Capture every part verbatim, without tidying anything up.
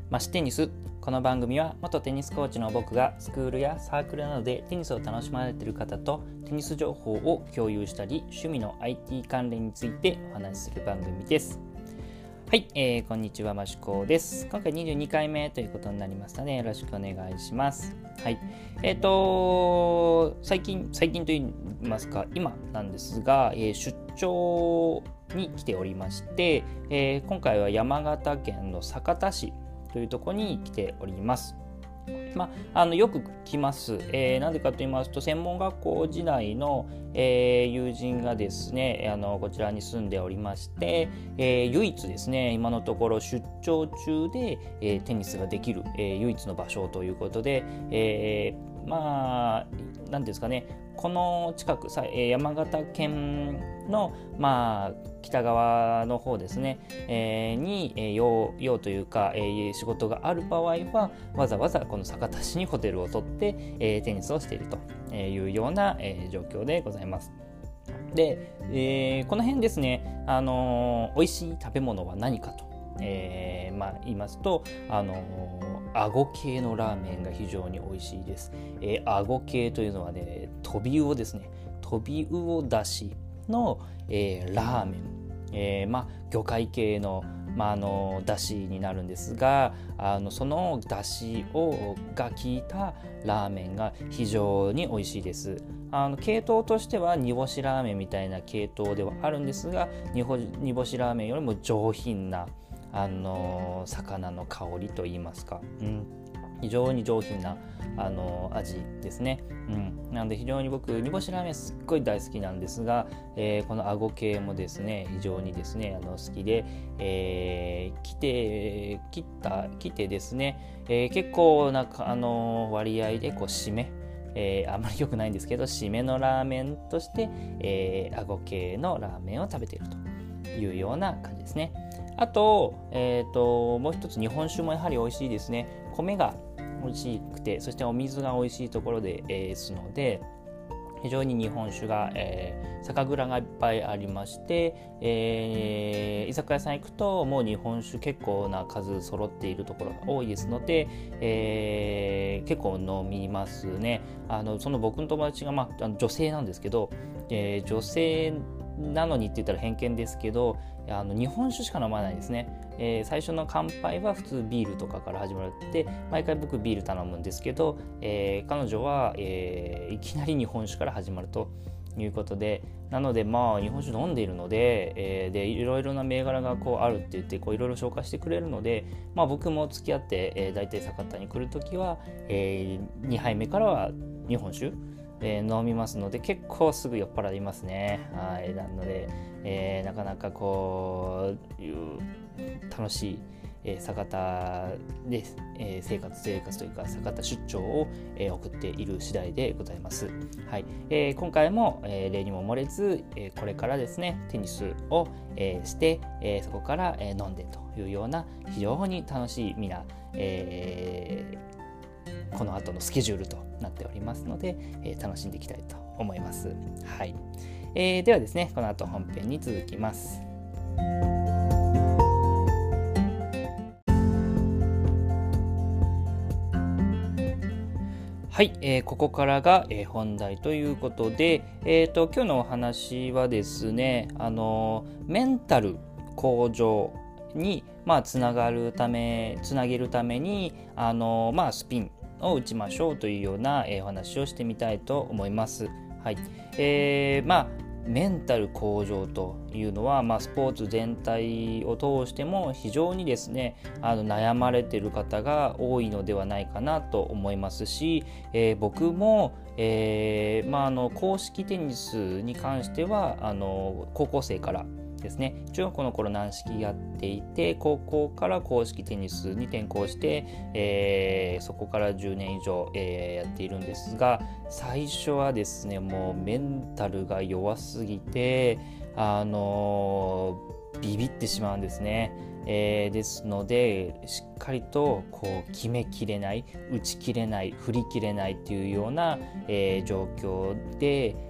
マシテニス。この番組は元テニスコーチの僕がスクールやサークルなどでテニスを楽しまれている方とテニス情報を共有したり、趣味の アイティー 関連についてお話しする番組です。はい、えー、こんにちは、マシコです。今回にじゅうにかいめということになりましたね。よろしくお願いします。はい、えーと最近最近と言いますか今なんですが、えー、出張に来ておりまして、えー、今回は山形県の酒田市というところに来ております。まあ、あのよく来ます。えー、なぜかと言いますと、専門学校時代の、えー、友人がですね、あのこちらに住んでおりまして、えー、唯一ですね、今のところ出張中で、えー、テニスができる、えー、唯一の場所ということで、えー、まあ何ですかね、この近くさ、えー、山形県のまあ北側の方ですね、えー、に、えー、用, 用というか、えー、仕事がある場合はわざわざこの酒田市にホテルを取って、えー、テニスをしているというような、えー、状況でございます。で、えー、この辺ですね、あのー、美味しい食べ物は何かと、えーまあ、言いますと、あのー、あご系のラーメンが非常に美味しいです。えー、あご系というのはね、トビウオですね。トビウオだしの、えー、ラーメン、えーまあ、魚介系の、まあ、あのだしになるんですが、あのそのだしをが効いたラーメンが非常に美味しいです。あの系統としては煮干しラーメンみたいな系統ではあるんですが、煮干しラーメンよりも上品な、あの魚の香りといいますか、うん、非常に上品なあの味ですね、うん、なので非常に僕煮干しラーメンすっごい大好きなんですが、えー、このあご系もですね非常にですねあの好きで、えー、来て切った来てですね、えー、結構なあの割合でこう締め、えー、あんまり良くないんですけど締めのラーメンとして、えー、あご系のラーメンを食べているというような感じですね。あと、えーと、もう一つ日本酒もやはり美味しいですね。米が美味しくて、そしてお水が美味しいところで、えー、ですので、非常に日本酒が、えー、酒蔵がいっぱいありまして、えー、居酒屋さん行くともう日本酒結構な数揃っているところが多いですので、えー、結構飲みますね。あのその僕の友達が、まあ、女性なんですけど、えー、女性なのにって言ったら偏見ですけど、あの日本酒しか飲まないですね。えー、最初の乾杯は普通ビールとかから始まって毎回僕ビール頼むんですけど、えー、彼女は、えー、いきなり日本酒から始まるということで、なのでまあ日本酒飲んでいるので、えー、でいろいろな銘柄がこうあるって言ってこういろいろ紹介してくれるので、まあ、僕も付き合って、えー、大体酒田に来るときは、えー、にはいめからは日本酒えー、飲みますので結構すぐ酔っ払いますね。はい、なので、えー、なかなかこう楽しい、えー、酒田で、えー、生活生活というか酒田出張を、えー、送っている次第でございます。はい、えー、今回も、えー、例にも漏れず、えー、これからですねテニスを、えー、して、えー、そこから、えー、飲んでというような非常に楽しみな、えーこの後のスケジュールとなっておりますので、えー、楽しんでいきたいと思います。はい、えー、ではですね、この後本編に続きます。はい、えー、ここからが、えー、本題ということで、えーと、今日のお話はですね、あのメンタル向上に、まあ、つながるため、つなげるために、あのまあ、スピンを打ちましょうというような、えー、お話をしてみたいと思います。はい、えー、まあメンタル向上というのは、まあ、スポーツ全体を通しても非常にですねあの悩まれている方が多いのではないかなと思いますし、えー、僕も、えーまあ、あの公式テニスに関してはあの高校生からですね、中学校の頃軟式やっていて高校から公式テニスに転向して、えー、そこからじゅうねん以上、えー、やっているんですが、最初はですねもうメンタルが弱すぎてあのー、ビビってしまうんですね。えー、ですのでしっかりとこう決めきれない、打ちきれない、振りきれないっていうような、えー、状況で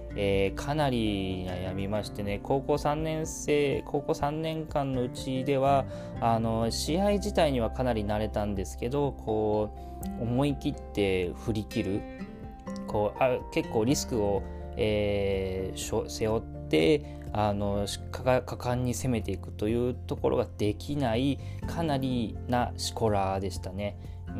えー、かなり悩みましてね、高校さんねん生高校さんねんかんのうちではあの試合自体にはかなり慣れたんですけど、こう思い切って振り切る、こうあ結構リスクを、えー、背負ってあの果敢に攻めていくというところができないかなりなシコラでしたね。うん、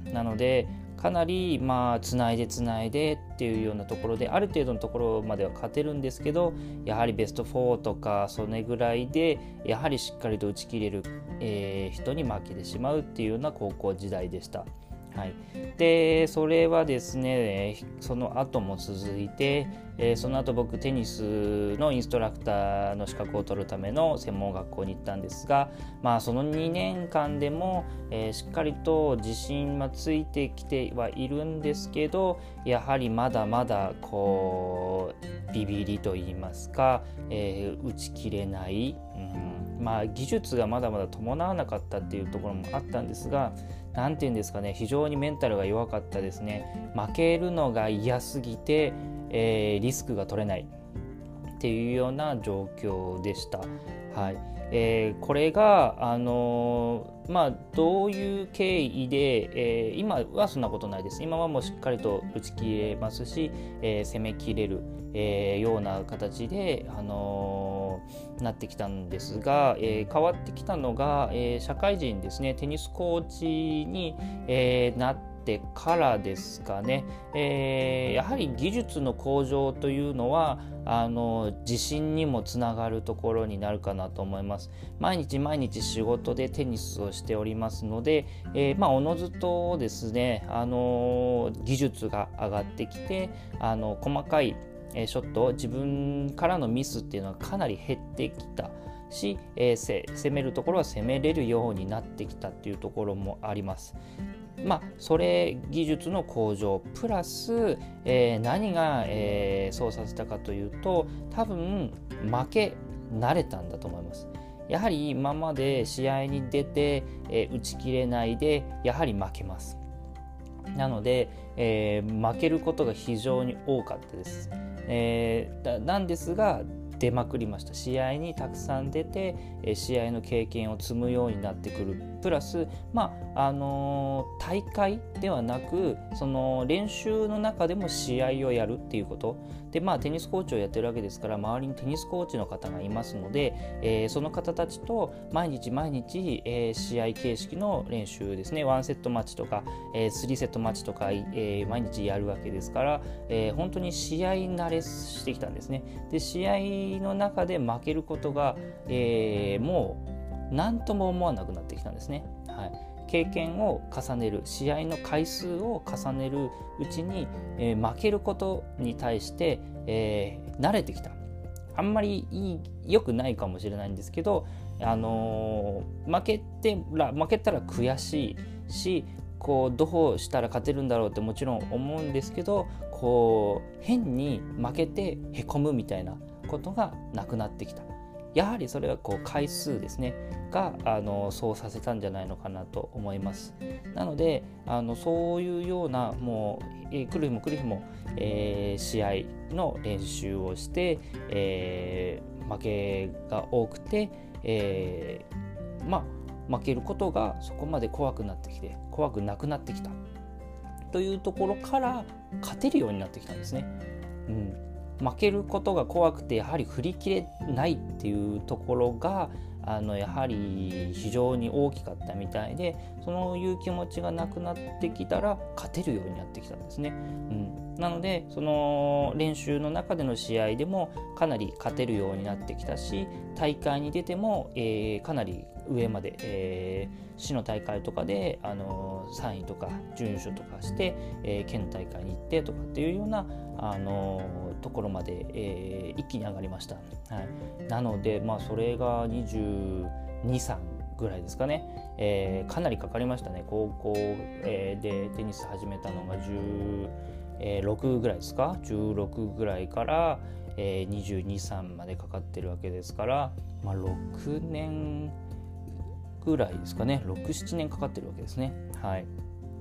なのでかなりまあつないでつないでっていうようなところで、ある程度のところまでは勝てるんですけど、やはりベストよんとかそれぐらいでやはりしっかりと打ち切れる、えー、人に負けてしまうっていうような高校時代でした。はい、でそれはですね、その後も続いて、えー、その後僕テニスのインストラクターの資格を取るための専門学校に行ったんですが、まあ、そのにねんかんでも、えー、しっかりと自信はついてきてはいるんですけど、やはりまだまだこうビビりといいますか、えー、打ち切れない、うん、まあ技術がまだまだ伴わなかったっていうところもあったんですが、なんていうんですかね、非常にメンタルが弱かったですね。負けるのが嫌すぎて、えー、リスクが取れないっていうような状況でした。はい、えー、これが、あのー、まあどういう経緯で、えー、今はそんなことないです。今はもうしっかりと打ち切れますし、えー、攻めきれる、えー、ような形で、あのー、なってきたんですが、えー、変わってきたのが、えー、社会人ですね、テニスコーチに、えー、なってからですかね。えー、やはり技術の向上というのはあの自信にもつながるところになるかなと思います。毎日毎日仕事でテニスをしておりますので、えー、まあおのずとですね、あの技術が上がってきて、あの細かいショット、自分からのミスっていうのはかなり減ってきたし、えー、攻めるところは攻めれるようになってきたっていうところもあります。まあ、それ技術の向上プラス、えー、何が、えー、そうさせたかというと、多分負け慣れたんだと思います。やはり今まで試合に出て、えー、打ち切れないでやはり負けます。なので、えー、負けることが非常に多かったです。えー、なんですが出まくりました。試合にたくさん出て、試合の経験を積むようになってくる。プラス、まああのー、大会ではなく、その練習の中でも試合をやるっていうことで、まあ、テニスコーチをやってるわけですから、周りにテニスコーチの方がいますので、えー、その方たちと毎日毎日、えー、試合形式の練習ですね、ワンセットマッチとか、えー、スリーセットマッチとか、えー、毎日やるわけですから、えー、本当に試合慣れしてきたんですね。で、試合の中で負けることが、えー、もう何とも思わなくなってきたんですね。はい、経験を重ねる、試合の回数を重ねるうちに、えー、負けることに対して、えー、慣れてきた。あんまりいい良くないかもしれないんですけど、あのー、負けてら負けたら悔しいし、こうどうしたら勝てるんだろうってもちろん思うんですけど、こう変に負けてへこむみたいなことがなくなってきた。やはりそれはこう回数ですねがあのそうさせたんじゃないのかなと思います。なのであのそういうようなもう、えー、来る日も来る日も、えー、試合の練習をして、えー、負けが多くて、えー、まあ負けることがそこまで怖くなってきて怖くなくなってきたというところから勝てるようになってきたんですね。うん、負けることが怖くてやはり振り切れないっていうところがあのやはり非常に大きかったみたいで、そういう気持ちがなくなってきたら勝てるようになってきたんですね。うん、なのでその練習の中での試合でもかなり勝てるようになってきたし、大会に出ても、えー、かなり上まで、えー、市の大会とかで、あのー、さんいとか準優勝とかして、えー、県大会に行ってとかっていうような、あのー、ところまで、えー、一気に上がりました。はい、なので、まあ、それがにじゅうに、さんぐらいですかね、えー、かなりかかりましたね。高校、えー、でテニス始めたのがじゅうろくぐらいですか、じゅうろくぐらいから、えー、にじゅうに、さんまでかかってるわけですから、まあ、ろくねんぐらいですかね、ろく、ななねんかかってるわけですね。はい、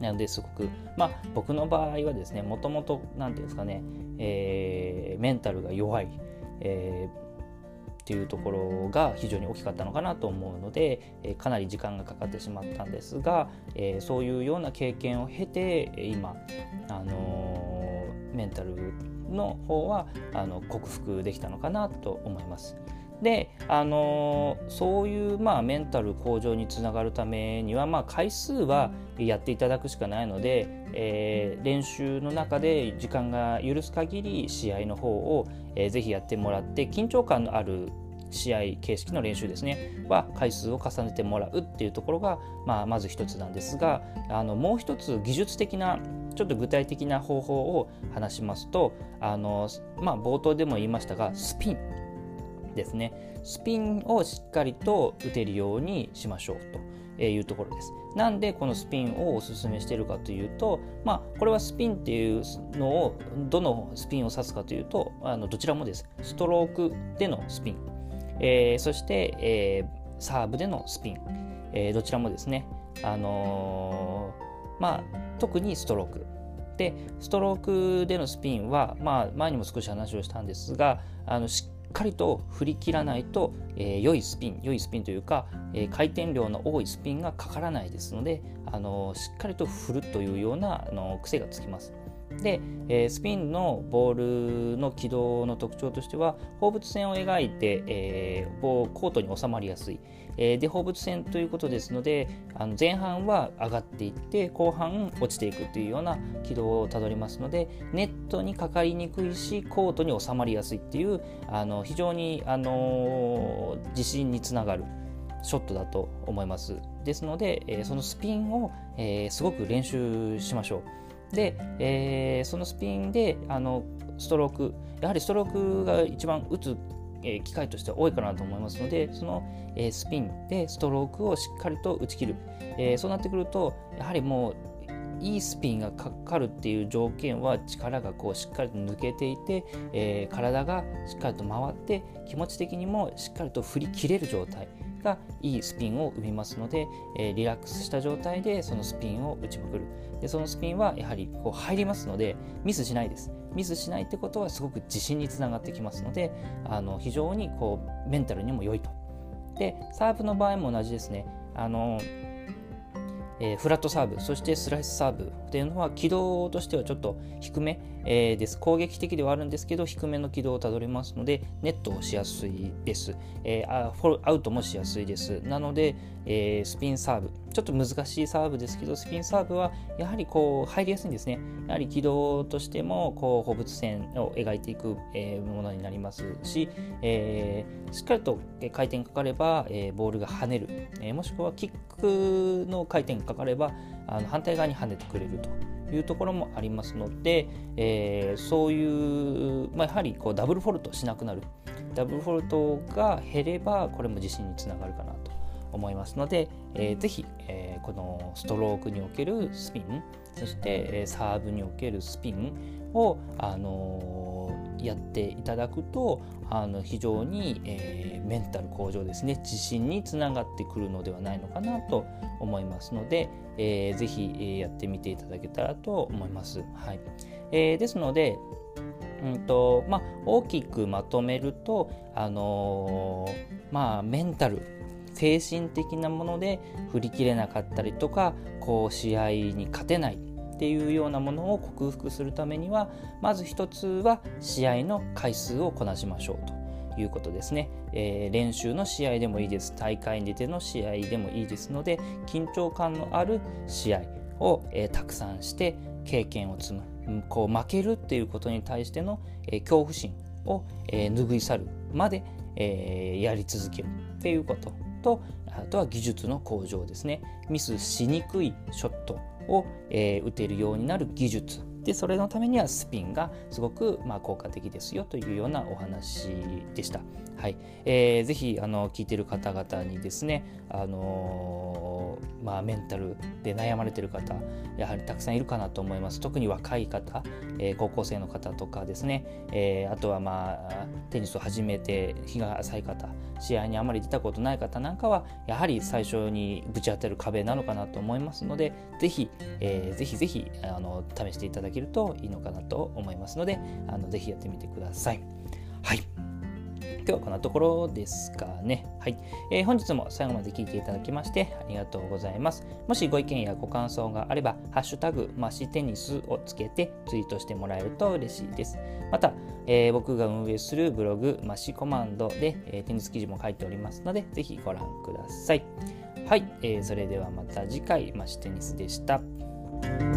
なのですごく、まあ、僕の場合はですね、もともと何ていうんですかね、えー、メンタルが弱い、えーっていうところが非常に大きかったのかなと思うので、えー、かなり時間がかかってしまったんですが、えー、そういうような経験を経て今、あのー、メンタルの方はあの克服できたのかなと思います。で、あのー、そういう、まあ、メンタル向上につながるためには、まあ、回数はやっていただくしかないので、えー、練習の中で時間が許す限り試合の方を、えー、ぜひやってもらって、緊張感のある試合形式の練習ですねは回数を重ねてもらうっていうところが、まあ、まず一つなんですが、あのもう一つ技術的なちょっと具体的な方法を話しますと、あの、まあ、冒頭でも言いましたがスピンですね。スピンをしっかりと打てるようにしましょうというところです。なんでこのスピンをおすすめしているかというと、まあ、これはスピンっていうのをどのスピンを指すかというと、あのどちらもです。ストロークでのスピン、えー、そして、えー、サーブでのスピン、えー、どちらもですね、あのー、まあ特にストロークでストロークでのスピンは、まあ、前にも少し話をしたんですが、あのしっかりと振り切らないと、えー、良いスピン良いスピンというか、えー、回転量の多いスピンがかからないですので、あのー、しっかりと振るというような、あのー、癖がつきます。で、えー、スピンのボールの軌道の特徴としては、放物線を描いて、えー、コートに収まりやすい、えー、で放物線ということですので、あの前半は上がっていって後半落ちていくというような軌道をたどりますので、ネットにかかりにくいしコートに収まりやすいっていう、あの非常に、あのー、自信につながるショットだと思います。ですので、えー、そのスピンを、えー、すごく練習しましょう。で、えー、そのスピンであのストローク、やはりストロークが一番打つ、えー、機会としては多いかなと思いますので、その、えー、スピンでストロークをしっかりと打ち切る、えー、そうなってくるとやはりもういいスピンがかかるっていう条件は力がこうしっかりと抜けていて、えー、体がしっかりと回って気持ち的にもしっかりと振り切れる状態がいいスピンを生みますので、えー、リラックスした状態でそのスピンを打ちまくる。でそのスピンはやはりこう入りますのでミスしないです。ミスしないってことはすごく自信につながってきますので、あの非常にこうメンタルにも良いと。でサーブの場合も同じですね。あのえー、フラットサーブ、そしてスライスサーブっていうのは軌道としてはちょっと低め、えー、です。攻撃的ではあるんですけど低めの軌道をたどりますのでネットをしやすいです。えー、あフォルアウトもしやすいです。なので、えー、スピンサーブ、ちょっと難しいサーブですけどスピンサーブはやはりこう入りやすいんですね。やはり軌道としてもこう放物線を描いていく、えー、ものになりますし、えー、しっかりと回転かかれば、えー、ボールが跳ねる、えー、もしくはキックの回転がかかればあの反対側に跳ねてくれるというところもありますので、えー、そういう、まあ、やはりこうダブルフォルトしなくなる、ダブルフォルトが減ればこれも自信につながるかなと思いますので、えー、ぜひ、えー、このストロークにおけるスピン、そして、えー、サーブにおけるスピンを、あのー、やっていただくとあの非常に、えー、メンタル向上ですね、自信につながってくるのではないのかなと思いますので、えー、ぜひ、えー、やってみていただけたらと思います。はい。えー、ですので、うんとまあ、大きくまとめると、あのーまあ、メンタル精神的なもので振り切れなかったりとか、こう試合に勝てないっていうようなものを克服するためには、まず一つは試合の回数をこなしましょうということですね。えー、練習の試合でもいいです。大会に出ての試合でもいいですので、緊張感のある試合を、えー、たくさんして経験を積む、こう負けるっていうことに対しての、えー、恐怖心を、えー、拭い去るまで、えー、やり続けるっていうことと、あとは技術の向上ですね。ミスしにくいショットを、えー、打てるようになる技術で、それのためにはスピンがすごく、まあ、効果的ですよというようなお話でした。 はい、えー、ぜひあの聞いている方々にですね、あのーまあ、メンタルで悩まれている方やはりたくさんいるかなと思います。特に若い方、えー、高校生の方とかですね、えー、あとは、まあ、テニスを始めて日が浅い方、試合にあまり出たことない方なんかはやはり最初にぶち当たる壁なのかなと思いますので、ぜひ、えー、ぜひぜひあの試していただけるといいのかなと思いますので、あのぜひやってみてください。はい、今日はこんなところですかね。はい、えー、本日も最後まで聞いていただきましてありがとうございます。もしご意見やご感想があれば、ハッシュタグマシテニスをつけてツイートしてもらえると嬉しいです。また、えー、僕が運営するブログマシコマンドで、えー、テニス記事も書いておりますので、ぜひご覧ください。はい、えー、それではまた次回、マシテニスでした。